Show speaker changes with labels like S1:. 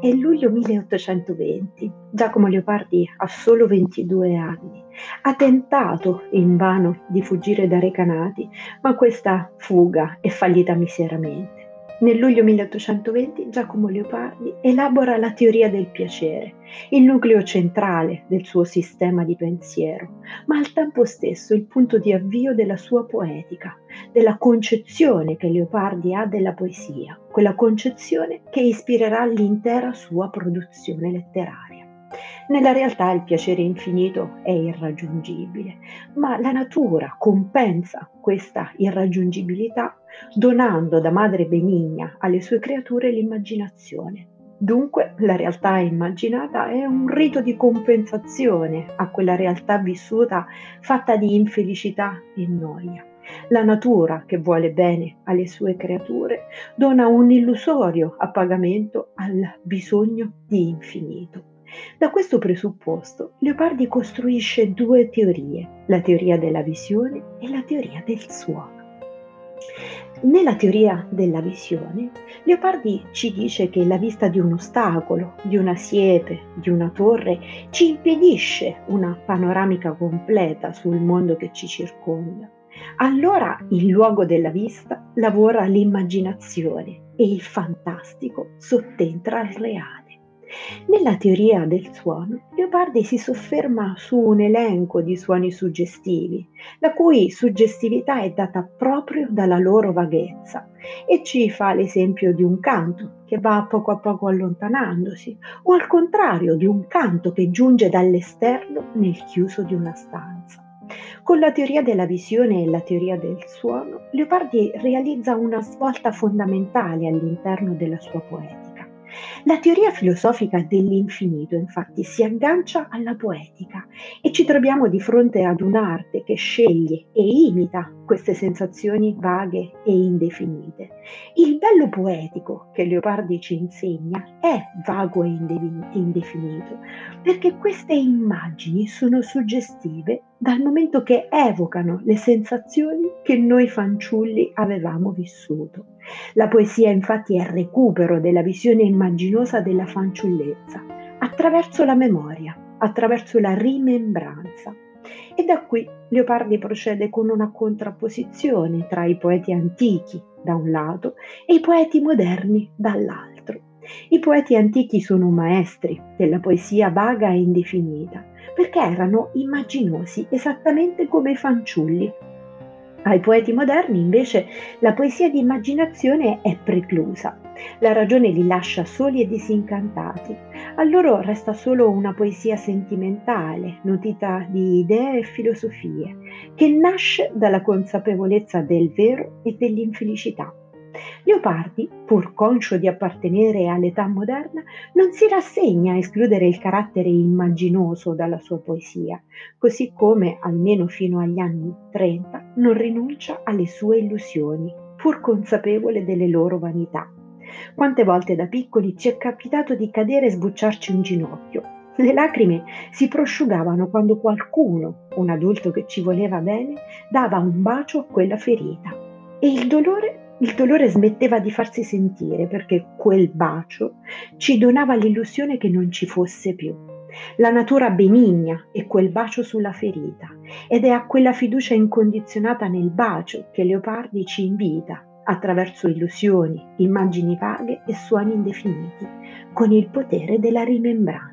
S1: È luglio 1820. Giacomo Leopardi ha solo 22 anni. Ha tentato invano di fuggire dai recanati, ma questa fuga è fallita miseramente. Nel luglio 1820 Giacomo Leopardi elabora la teoria del piacere, il nucleo centrale del suo sistema di pensiero, ma al tempo stesso il punto di avvio della sua poetica, della concezione che Leopardi ha della poesia, quella concezione che ispirerà l'intera sua produzione letteraria. Nella realtà il piacere infinito è irraggiungibile, ma la natura compensa questa irraggiungibilità donando da madre benigna alle sue creature l'immaginazione. Dunque la realtà immaginata è un rito di compensazione a quella realtà vissuta fatta di infelicità e noia. La natura, che vuole bene alle sue creature, dona un illusorio appagamento al bisogno di infinito. Da questo presupposto, Leopardi costruisce due teorie, la teoria della visione e la teoria del suono. Nella teoria della visione, Leopardi ci dice che la vista di un ostacolo, di una siepe, di una torre, ci impedisce una panoramica completa sul mondo che ci circonda. Allora, in luogo della vista, lavora l'immaginazione e il fantastico sottentra al reale. Nella teoria del suono, Leopardi si sofferma su un elenco di suoni suggestivi, la cui suggestività è data proprio dalla loro vaghezza e ci fa l'esempio di un canto che va a poco allontanandosi o al contrario di un canto che giunge dall'esterno nel chiuso di una stanza. Con la teoria della visione e la teoria del suono, Leopardi realizza una svolta fondamentale all'interno della sua poetica. La teoria filosofica dell'infinito, infatti, si aggancia alla poetica e ci troviamo di fronte ad un'arte che sceglie e imita queste sensazioni vaghe e indefinite. Il bello poetico che Leopardi ci insegna è vago e indefinito, perché queste immagini sono suggestive dal momento che evocano le sensazioni che noi fanciulli avevamo vissuto. La poesia infatti è il recupero della visione immaginosa della fanciullezza, attraverso la memoria, attraverso la rimembranza. E da qui Leopardi procede con una contrapposizione tra i poeti antichi, da un lato, e i poeti moderni, dall'altro. I poeti antichi sono maestri della poesia vaga e indefinita, perché erano immaginosi esattamente come i fanciulli. Ai poeti moderni invece la poesia di immaginazione è preclusa, la ragione li lascia soli e disincantati. A loro resta solo una poesia sentimentale, nutrita di idee e filosofie, che nasce dalla consapevolezza del vero e dell'infelicità. Leopardi, pur conscio di appartenere all'età moderna, non si rassegna a escludere il carattere immaginoso dalla sua poesia, così come, almeno fino agli anni 30, non rinuncia alle sue illusioni, pur consapevole delle loro vanità. Quante volte da piccoli ci è capitato di cadere e sbucciarci un ginocchio? Le lacrime si prosciugavano quando qualcuno, un adulto che ci voleva bene, dava un bacio a quella ferita. E il dolore smetteva di farsi sentire perché quel bacio ci donava l'illusione che non ci fosse più. La natura benigna è quel bacio sulla ferita ed è a quella fiducia incondizionata nel bacio che Leopardi ci invita attraverso illusioni, immagini vaghe e suoni indefiniti, con il potere della rimembranza.